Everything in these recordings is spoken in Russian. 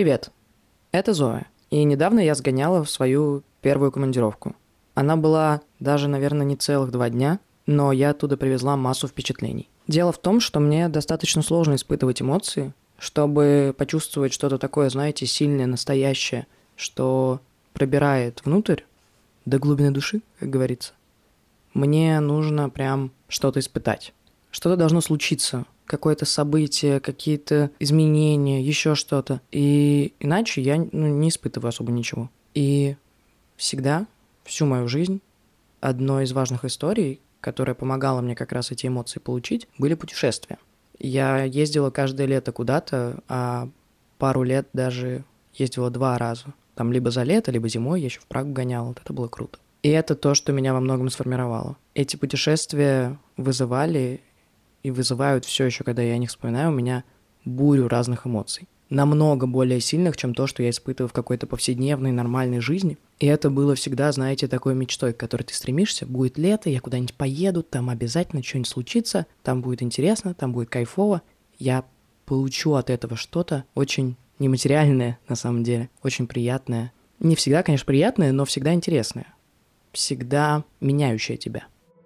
Привет, это Зоя. И недавно я сгоняла в свою первую командировку. Она была даже, наверное, не целых 2 дня, но я оттуда привезла массу впечатлений. Дело в том, что мне достаточно сложно испытывать эмоции, чтобы почувствовать что-то такое, знаете, сильное, настоящее, что пробирает внутрь до глубины души, как говорится. Мне нужно прям что-то испытать. Что-то должно случиться, какое-то событие, какие-то изменения, еще что-то. И иначе я не испытываю особо ничего. И всегда, всю мою жизнь, одной из важных историй, которая помогала мне как раз эти эмоции получить, были путешествия. Я ездила каждое лето куда-то, а пару лет даже ездила 2 раза. Там либо за лето, либо зимой я еще в Прагу гоняла. Вот это было круто. И это то, что меня во многом сформировало. Эти путешествия вызывали и вызывают все еще, когда я о них вспоминаю, у меня бурю разных эмоций. Намного более сильных, чем то, что я испытываю в какой-то повседневной, нормальной жизни. И это было всегда, знаете, такой мечтой, к которой ты стремишься. Будет лето, я куда-нибудь поеду, там обязательно что-нибудь случится, там будет интересно, там будет кайфово. Я получу от этого что-то очень нематериальное, на самом деле, очень приятное. Не всегда, конечно, приятное, но всегда интересное. Всегда меняющее тебя.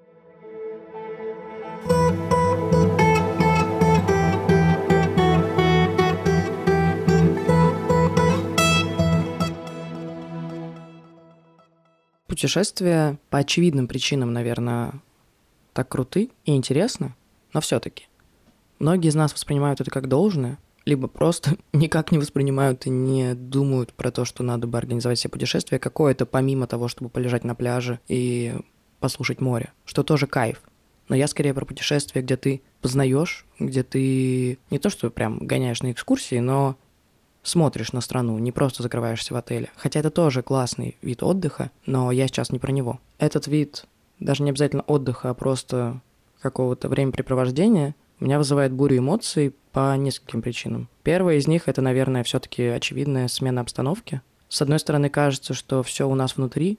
Путешествия по очевидным причинам, наверное, так круты и интересны, но все-таки. Многие из нас воспринимают это как должное, либо просто никак не воспринимают и не думают про то, что надо бы организовать себе путешествие какое-то, помимо того, чтобы полежать на пляже и послушать море, что тоже кайф. Но я скорее про путешествия, где ты познаешь, где ты не то, что прям гоняешь на экскурсии, но смотришь на страну, не просто закрываешься в отеле. Хотя это тоже классный вид отдыха, но я сейчас не про него. Этот вид даже не обязательно отдыха, а просто какого-то времяпрепровождения у меня вызывает бурю эмоций по нескольким причинам. Первая из них — это, наверное, все-таки очевидная смена обстановки. С одной стороны, кажется, что все у нас внутри,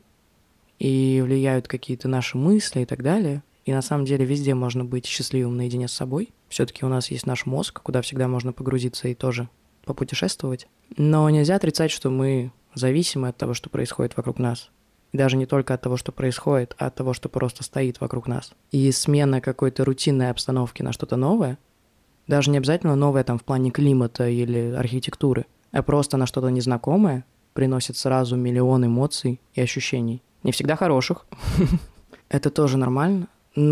и влияют какие-то наши мысли и так далее. И на самом деле везде можно быть счастливым наедине с собой. Все-таки у нас есть наш мозг, куда всегда можно погрузиться и тоже попутешествовать. Но нельзя отрицать, что мы зависимы от того, что происходит вокруг нас. И даже не только от того, что происходит, а от того, что просто стоит вокруг нас. И смена какой-то рутинной обстановки на что-то новое, даже не обязательно новое там в плане климата или архитектуры, а просто на что-то незнакомое, приносит сразу миллион эмоций и ощущений. Не всегда хороших, это тоже нормально,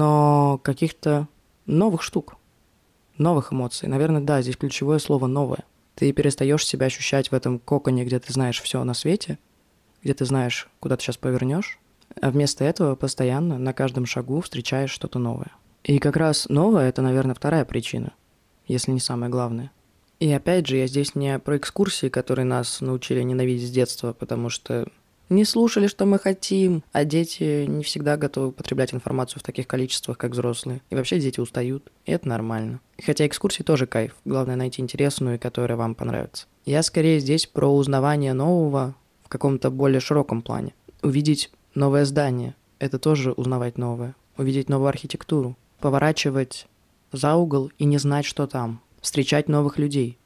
но каких-то новых штук, новых эмоций. Наверное, да, здесь ключевое слово «новое». Ты перестаешь себя ощущать в этом коконе, где ты знаешь все на свете, где ты знаешь, куда ты сейчас повернешь, а вместо этого постоянно на каждом шагу встречаешь что-то новое. И как раз новое — это, наверное, вторая причина, если не самая главная. И опять же, я здесь не про экскурсии, которые нас научили ненавидеть с детства, потому что не слушали, что мы хотим, а дети не всегда готовы потреблять информацию в таких количествах, как взрослые. И вообще дети устают, и это нормально. Хотя экскурсии тоже кайф, главное найти интересную, которая вам понравится. Я скорее здесь про узнавание нового в каком-то более широком плане. Увидеть новое здание — это тоже узнавать новое. Увидеть новую архитектуру, поворачивать за угол и не знать, что там. Встречать новых людей.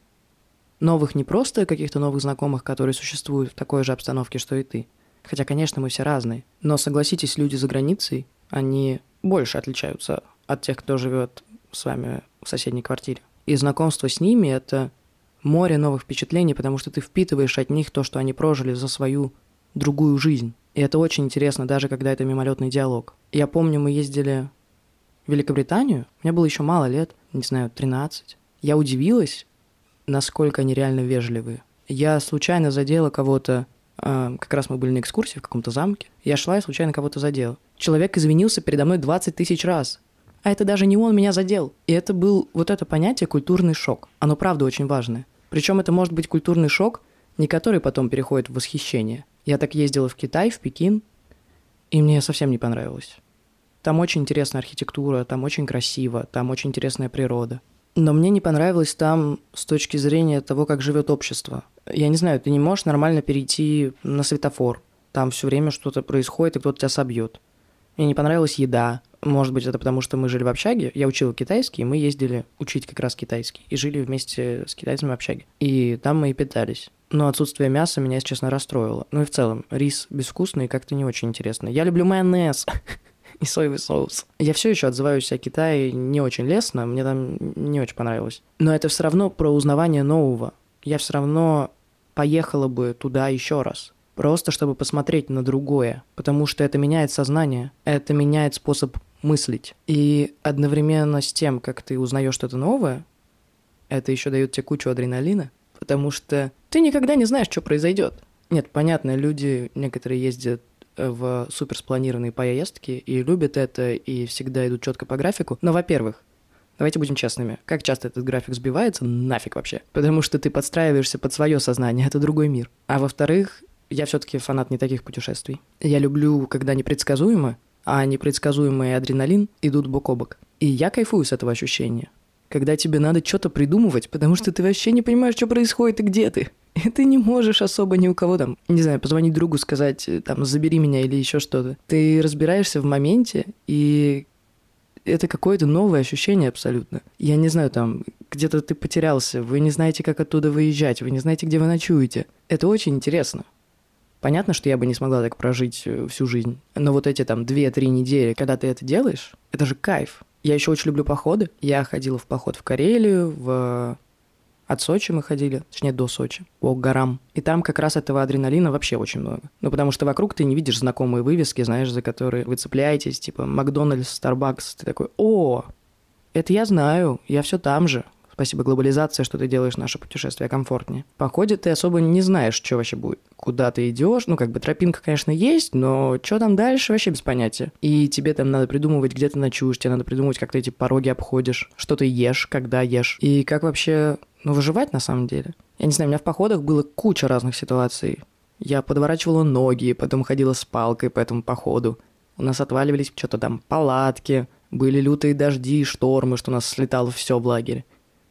Новых не просто каких-то новых знакомых, которые существуют в такой же обстановке, что и ты. Хотя, конечно, мы все разные. Но согласитесь, люди за границей, они больше отличаются от тех, кто живет с вами в соседней квартире. И знакомство с ними — это море новых впечатлений, потому что ты впитываешь от них то, что они прожили за свою другую жизнь. И это очень интересно, даже когда это мимолетный диалог. Я помню, мы ездили в Великобританию, мне было еще мало лет, не знаю, 13. Я удивилась, насколько они реально вежливые. Я случайно задела кого-то, как раз мы были на экскурсии в каком-то замке, я шла и случайно кого-то задела. Человек извинился передо мной 20 тысяч раз. А это даже не он меня задел. И это был вот это понятие культурный шок. Оно правда очень важное. Причем это может быть культурный шок, не который потом переходит в восхищение. Я так ездила в Китай, в Пекин, и мне совсем не понравилось. Там очень интересная архитектура, там очень красиво, там очень интересная природа. Но мне не понравилось там с точки зрения того, как живет общество. Я не знаю, ты не можешь нормально перейти на светофор. Там все время что-то происходит, и кто-то тебя собьет. Мне не понравилась еда. Может быть, это потому, что мы жили в общаге. Я учил китайский, и мы ездили учить как раз китайский. И жили вместе с китайцами в общаге. И там мы и питались. Но отсутствие мяса меня, если честно, расстроило. Ну и в целом, рис безвкусный и как-то не очень интересно. Я люблю майонез и соевый соус. Я все еще отзываюсь о Китае не очень лестно, мне там не очень понравилось. Но это все равно про узнавание нового. Я все равно поехала бы туда еще раз. Просто чтобы посмотреть на другое. Потому что это меняет сознание, это меняет способ мыслить. И одновременно с тем, как ты узнаешь что-то новое, это еще дает тебе кучу адреналина. Потому что ты никогда не знаешь, что произойдет. Нет, понятно, люди некоторые ездят в суперспланированные поездки и любят это, и всегда идут четко по графику. Но, во-первых, давайте будем честными, как часто этот график сбивается, нафиг вообще. Потому что ты подстраиваешься под свое сознание, это другой мир. А во-вторых, я все-таки фанат не таких путешествий. Я люблю, когда непредсказуемо, а непредсказуемый адреналин идут бок о бок. И я кайфую с этого ощущения. Когда тебе надо что-то придумывать, потому что ты вообще не понимаешь, что происходит и где ты. И ты не можешь особо ни у кого там, не знаю, позвонить другу, сказать, там, забери меня или еще что-то. Ты разбираешься в моменте, и это какое-то новое ощущение абсолютно. Я не знаю, там, где-то ты потерялся, вы не знаете, как оттуда выезжать, вы не знаете, где вы ночуете. Это очень интересно. Понятно, что я бы не смогла так прожить всю жизнь, но вот эти там 2-3 недели, когда ты это делаешь, это же кайф. Я еще очень люблю походы. Я ходила в поход в Карелию, от Сочи мы ходили, точнее, до Сочи, по горам. И там как раз этого адреналина вообще очень много. Ну, потому что вокруг ты не видишь знакомые вывески, знаешь, за которые вы цепляетесь, типа Макдональдс, Старбакс. Ты такой, о, это я знаю, я все там же. Спасибо глобализации, что ты делаешь наше путешествие комфортнее. В походе ты особо не знаешь, что вообще будет. Куда ты идешь, ну, как бы тропинка, конечно, есть, но что там дальше, вообще без понятия. И тебе там надо придумывать, где ты ночуешь, тебе надо придумывать, как ты эти пороги обходишь, что ты ешь, когда ешь. И как вообще, выживать на самом деле. Я не знаю, у меня в походах было куча разных ситуаций. Я подворачивала ноги, потом ходила с палкой по этому походу. У нас отваливались что-то там палатки, были лютые дожди, штормы, что у нас слетало все в лагере.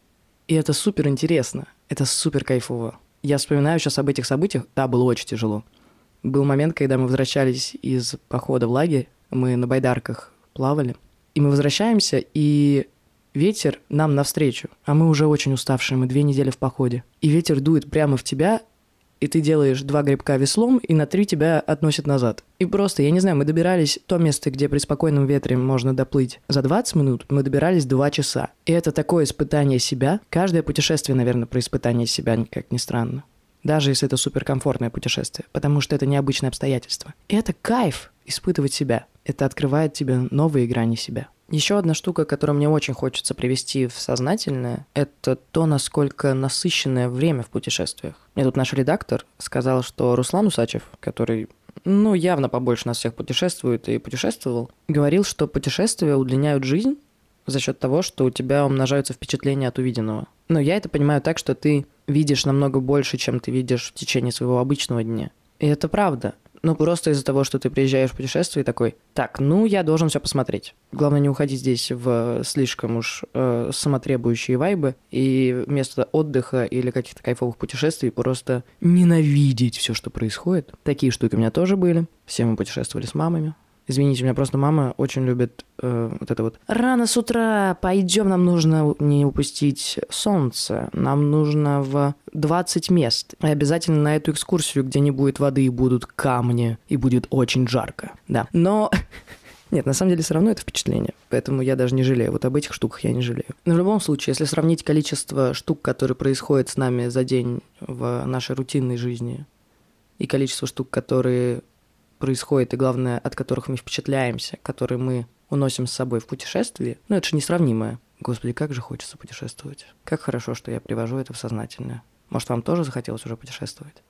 И это супер интересно, это супер кайфово. Я вспоминаю сейчас об этих событиях, да, было очень тяжело. Был момент, когда мы возвращались из похода в лагерь, мы на байдарках плавали, и мы возвращаемся, и ветер нам навстречу, а мы уже очень уставшие, мы 2 недели в походе. И ветер дует прямо в тебя, и ты делаешь 2 грибка веслом, и на 3 тебя относят назад. И просто, я не знаю, мы добирались в то место, где при спокойном ветре можно доплыть за 20 минут, мы добирались 2 часа. И это такое испытание себя. Каждое путешествие, наверное, про испытание себя, как ни странно. Даже если это суперкомфортное путешествие, потому что это необычное обстоятельство. И это кайф испытывать себя. Это открывает тебе новые грани себя. Еще одна штука, которую мне очень хочется привести в сознательное, это то, насколько насыщенное время в путешествиях. Мне тут наш редактор сказал, что Руслан Усачев, который, явно побольше нас всех путешествует и путешествовал, говорил, что путешествия удлиняют жизнь за счет того, что у тебя умножаются впечатления от увиденного. Но я это понимаю так, что ты видишь намного больше, чем ты видишь в течение своего обычного дня. И это правда. Просто из-за того, что ты приезжаешь в путешествие и такой, так, я должен все посмотреть. Главное не уходить здесь в слишком уж самотребующие вайбы и вместо отдыха или каких-то кайфовых путешествий просто ненавидеть все, что происходит. Такие штуки у меня тоже были. Все мы путешествовали с мамами. Извините, у меня просто мама очень любит вот это вот. Рано с утра, пойдем, нам нужно не упустить солнце. Нам нужно в 20 мест. И обязательно на эту экскурсию, где не будет воды, и будут камни, и будет очень жарко. Да, но... Нет, на самом деле все равно это впечатление, поэтому я даже не жалею. Вот об этих штуках я не жалею. Но в любом случае, если сравнить количество штук, которые происходят с нами за день в нашей рутинной жизни, и количество штук, которые происходит, и главное, от которых мы впечатляемся, которые мы уносим с собой в путешествии, это же несравнимое. Господи, как же хочется путешествовать. Как хорошо, что я привожу это в сознательное. Может, вам тоже захотелось уже путешествовать?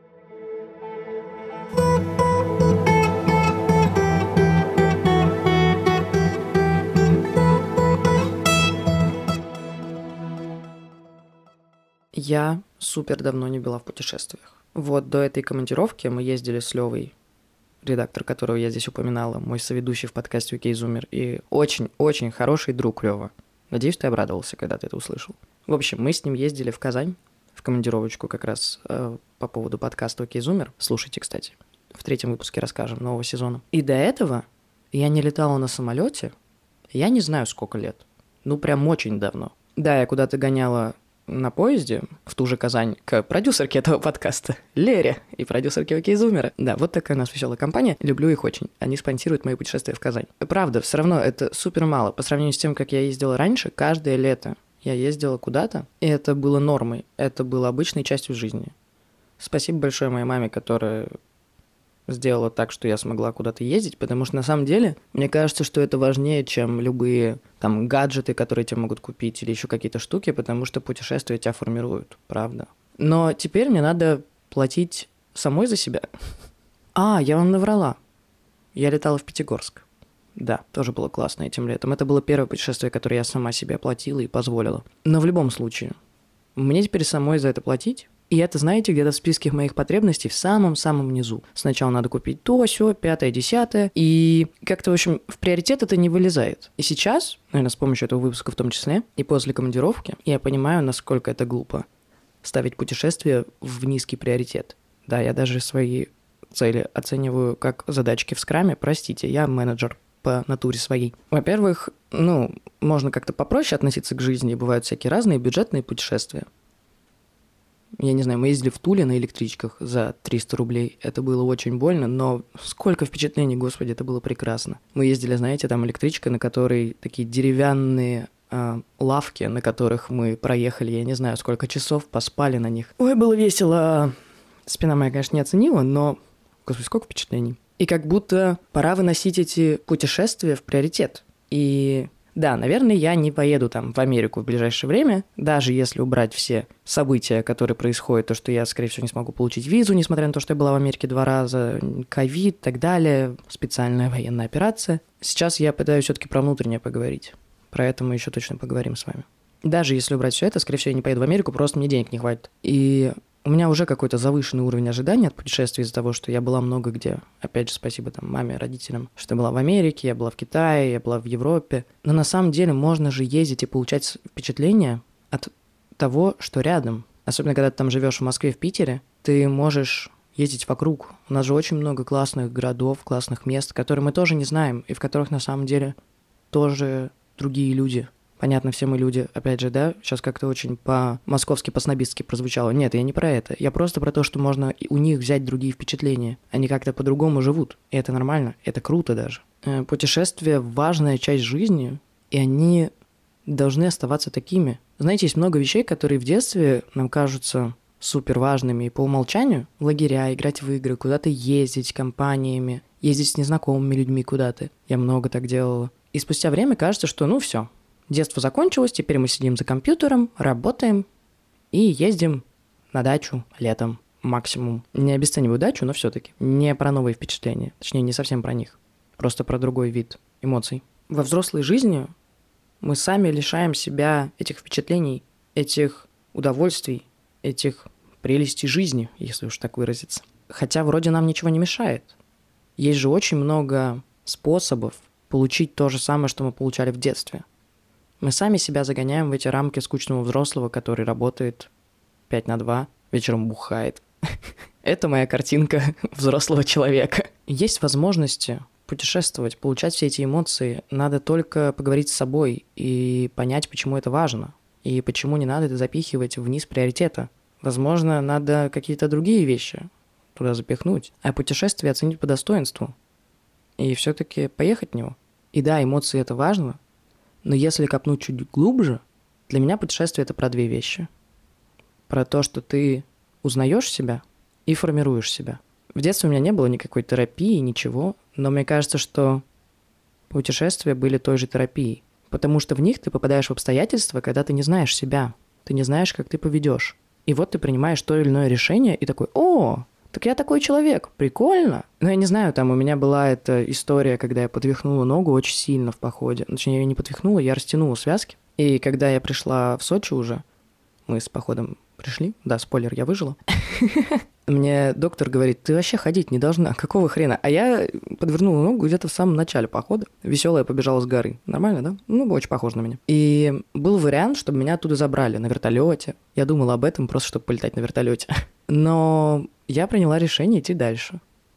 Я супер давно не была в путешествиях. Вот до этой командировки мы ездили с Лёвой, редактор, которого я здесь упоминала, мой соведущий в подкасте «Окей, Зумер», и очень-очень хороший друг Лёва. Надеюсь, ты обрадовался, когда ты это услышал. В общем, мы с ним ездили в Казань, в командировочку как раз по поводу подкаста «Окей, Зумер». Слушайте, кстати. В 3-м выпуске расскажем нового сезона. И до этого Я не летала на самолете, я не знаю, сколько лет. Ну, прям очень давно. Да, я куда-то гоняла на поезде в ту же Казань к продюсерке этого подкаста, Лере, и продюсерке Окейзумера. Да, вот такая у нас веселая компания. Люблю их очень. Они спонсируют мои путешествия в Казань. Правда, все равно это супер мало. По сравнению с тем, как я ездила раньше, каждое лето я ездила куда-то, и это было нормой. Это было обычной частью жизни. Спасибо большое моей маме, которая сделала так, что я смогла куда-то ездить, потому что на самом деле мне кажется, что это важнее, чем любые там гаджеты, которые тебе могут купить, или еще какие-то штуки, потому что путешествия тебя формируют, правда. Но теперь мне надо платить самой за себя. Я вам наврала. Я летала в Пятигорск. Да, тоже было классно этим летом. Это было первое путешествие, которое я сама себе оплатила и позволила. Но в любом случае, мне теперь самой за это платить. И это, знаете, где-то в списке моих потребностей в самом-самом низу. Сначала надо купить то, сё, 5-е, 10-е. И как-то, в общем, в приоритет это не вылезает. И сейчас, наверное, с помощью этого выпуска в том числе, и после командировки, я понимаю, насколько это глупо ставить путешествие в низкий приоритет. Да, я даже свои цели оцениваю как задачки в скраме. Простите, я менеджер по натуре своей. Во-первых, можно как-то попроще относиться к жизни. Бывают всякие разные бюджетные путешествия. Я не знаю, мы ездили в Туле на электричках за 300 рублей. Это было очень больно, но сколько впечатлений, господи, это было прекрасно. Мы ездили, знаете, там электричка, на которой такие деревянные лавки, на которых мы проехали, я не знаю, сколько часов, поспали на них. Ой, было весело. Спина моя, конечно, не оценила, но, господи, сколько впечатлений. И как будто пора выносить эти путешествия в приоритет. И да, наверное, я не поеду там в Америку в ближайшее время, даже если убрать все события, которые происходят, то, что я, скорее всего, не смогу получить визу, несмотря на то, что я была в Америке 2 раза, ковид и так далее, специальная военная операция. Сейчас я пытаюсь все-таки про внутреннее поговорить. Про это мы еще точно поговорим с вами. Даже если убрать все это, скорее всего, я не поеду в Америку, просто мне денег не хватит. И у меня уже какой-то завышенный уровень ожиданий от путешествий из-за того, что я была много где. Опять же, спасибо там маме, родителям, что я была в Америке, я была в Китае, я была в Европе. Но на самом деле можно же ездить и получать впечатление от того, что рядом. Особенно, когда ты там живешь в Москве, в Питере, ты можешь ездить вокруг. У нас же очень много классных городов, классных мест, которые мы тоже не знаем, и в которых на самом деле тоже другие люди. Понятно, все мы люди, опять же, да, сейчас как-то очень по-московски, по-снобистски прозвучало. Нет, я не про это. Я просто про то, что можно и у них взять другие впечатления. Они как-то по-другому живут. И это нормально, это круто даже. Путешествия – важная часть жизни, и они должны оставаться такими. Знаете, есть много вещей, которые в детстве нам кажутся супер важными, и по умолчанию лагеря, играть в игры, куда-то ездить компаниями, ездить с незнакомыми людьми куда-то. Я много так делала. И спустя время кажется, что все. Детство закончилось, теперь мы сидим за компьютером, работаем и ездим на дачу летом максимум. Не обесцениваю дачу, но все-таки. Не про новые впечатления, точнее, не совсем про них. Просто про другой вид эмоций. Во взрослой жизни мы сами лишаем себя этих впечатлений, этих удовольствий, этих прелестей жизни, если уж так выразиться. Хотя вроде нам ничего не мешает. Есть же очень много способов получить то же самое, что мы получали в детстве. Мы сами себя загоняем в эти рамки скучного взрослого, который работает 5/2, вечером бухает. Это моя картинка взрослого человека. Есть возможности путешествовать, получать все эти эмоции. Надо только поговорить с собой и понять, почему это важно. И почему не надо это запихивать вниз приоритета. Возможно, надо какие-то другие вещи туда запихнуть. А путешествие оценить по достоинству. И все-таки поехать в него. И да, эмоции это важно. Но если копнуть чуть глубже, для меня путешествие – это про 2 вещи. Про то, что ты узнаешь себя и формируешь себя. В детстве у меня не было никакой терапии, ничего, но мне кажется, что путешествия были той же терапией. Потому что в них ты попадаешь в обстоятельства, когда ты не знаешь себя, ты не знаешь, как ты поведешь. И вот ты принимаешь то или иное решение и такой: «О, так я такой человек, прикольно». Но я не знаю, там у меня была эта история, когда я подвихнула ногу очень сильно в походе. Точнее, я ее не подвихнула, я растянула связки. И когда я пришла в Сочи уже, мы с походом пришли, да, спойлер, я выжила. Мне доктор говорит: ты вообще ходить не должна, какого хрена? А я подвернула ногу где-то в самом начале похода. Веселая побежала с горы. Нормально, да? Очень похоже на меня. И был вариант, чтобы меня оттуда забрали на вертолете. Я думала об этом просто, чтобы полетать на вертолете. Но я приняла решение идти дальше.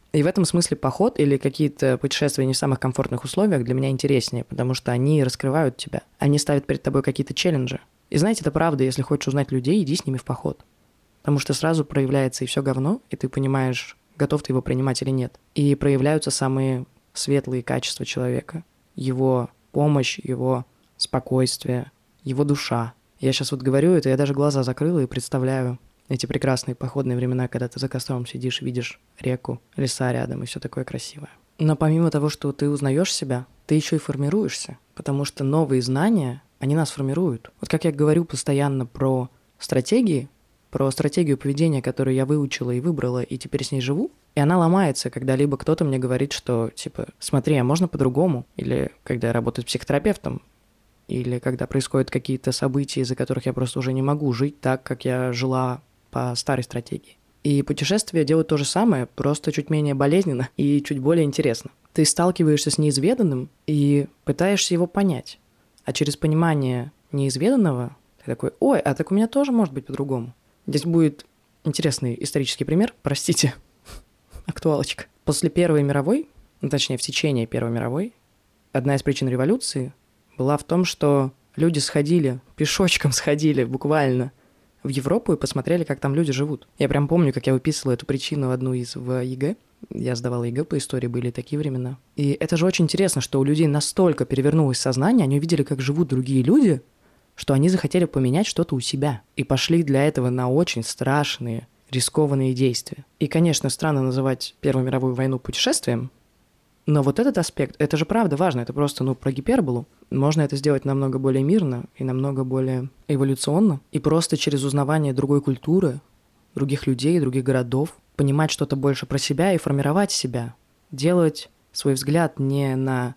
И в этом смысле поход или какие-то путешествия не в самых комфортных условиях для меня интереснее, потому что они раскрывают тебя. Они ставят перед тобой какие-то челленджи. И знаете, это правда, если хочешь узнать людей, иди с ними в поход. Потому что сразу проявляется и все говно, и ты понимаешь, готов ты его принимать или нет. И проявляются самые светлые качества человека. Его помощь, его спокойствие, его душа. Я сейчас вот говорю это, я даже глаза закрыла и представляю эти прекрасные походные времена, когда ты за костром сидишь, видишь реку, леса рядом и все такое красивое. Но помимо того, что ты узнаешь себя, ты еще и формируешься, потому что новые знания, они нас формируют. Вот как я говорю постоянно про стратегии, про стратегию поведения, которую я выучила и выбрала, и теперь с ней живу, и она ломается, когда либо кто-то мне говорит, что, типа, смотри, а можно по-другому, или когда я работаю с психотерапевтом, или когда происходят какие-то события, из-за которых я просто уже не могу жить так, как я жила по старой стратегии. И путешествия делают то же самое, просто чуть менее болезненно и чуть более интересно. Ты сталкиваешься с неизведанным и пытаешься его понять. А через понимание неизведанного ты такой: ой, а так у меня тоже может быть по-другому. Здесь будет интересный исторический пример, простите, актуалочка. После Первой мировой, точнее в течение Первой мировой, одна из причин революции была в том, что люди пешочком сходили буквально в Европу и посмотрели, как там люди живут. Я прям помню, как я выписывала эту причину одну из в ЕГЭ. Я сдавала ЕГЭ по истории, были такие времена. И это же очень интересно, что у людей настолько перевернулось сознание, они увидели, как живут другие люди, что они захотели поменять что-то у себя. И пошли для этого на очень страшные, рискованные действия. И, конечно, странно называть Первую мировую войну путешествием, но вот этот аспект, это же правда важно, это просто, про гиперболу. Можно это сделать намного более мирно и намного более эволюционно. И просто через узнавание другой культуры, других людей, других городов, понимать что-то больше про себя и формировать себя. Делать свой взгляд не на,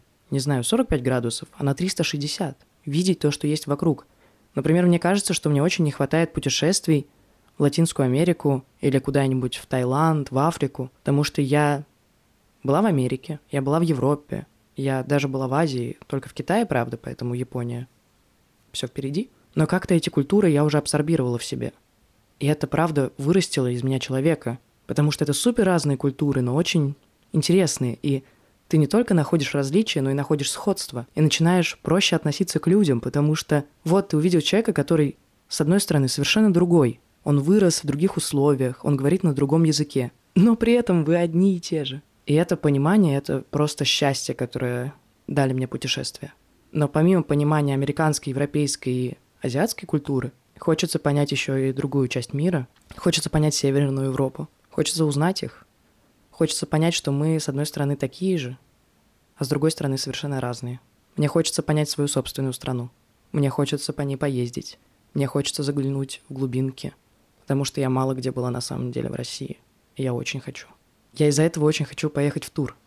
45 градусов, а на 360. Видеть то, что есть вокруг. Например, мне кажется, что мне очень не хватает путешествий в Латинскую Америку или куда-нибудь в Таиланд, в Африку, потому что я была в Америке, я была в Европе, я даже была в Азии, только в Китае, правда, поэтому Япония все впереди. Но как-то эти культуры я уже абсорбировала в себе. И это, правда, вырастило из меня человека, потому что это супер разные культуры, но очень интересные. И ты не только находишь различия, но и находишь сходства. И начинаешь проще относиться к людям, потому что вот ты увидел человека, который, с одной стороны, совершенно другой. Он вырос в других условиях, он говорит на другом языке, но при этом вы одни и те же. И это понимание, это просто счастье, которое дали мне путешествия. Но помимо понимания американской, европейской и азиатской культуры, хочется понять еще и другую часть мира. Хочется понять Северную Европу. Хочется узнать их. Хочется понять, что мы, с одной стороны, такие же, а с другой стороны, совершенно разные. Мне хочется понять свою собственную страну. Мне хочется по ней поездить. Мне хочется заглянуть в глубинки, потому что я мало где была на самом деле в России. И я очень хочу. Я из-за этого очень хочу поехать в тур.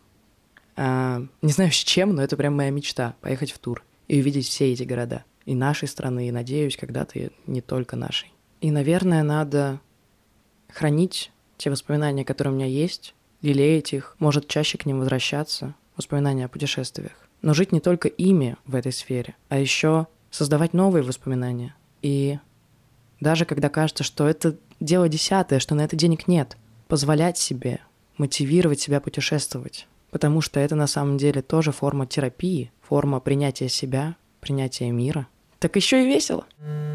Не знаю с чем, но это прям моя мечта — поехать в тур и увидеть все эти города. И нашей страны, и, надеюсь, когда-то и не только нашей. И, наверное, надо хранить те воспоминания, которые у меня есть, лелеять их, может, чаще к ним возвращаться, воспоминания о путешествиях. Но жить не только ими в этой сфере, а еще создавать новые воспоминания. И даже когда кажется, что это дело десятое, что на это денег нет, позволять себе мотивировать себя путешествовать, потому что это на самом деле тоже форма терапии, форма принятия себя, принятия мира. Так еще и весело.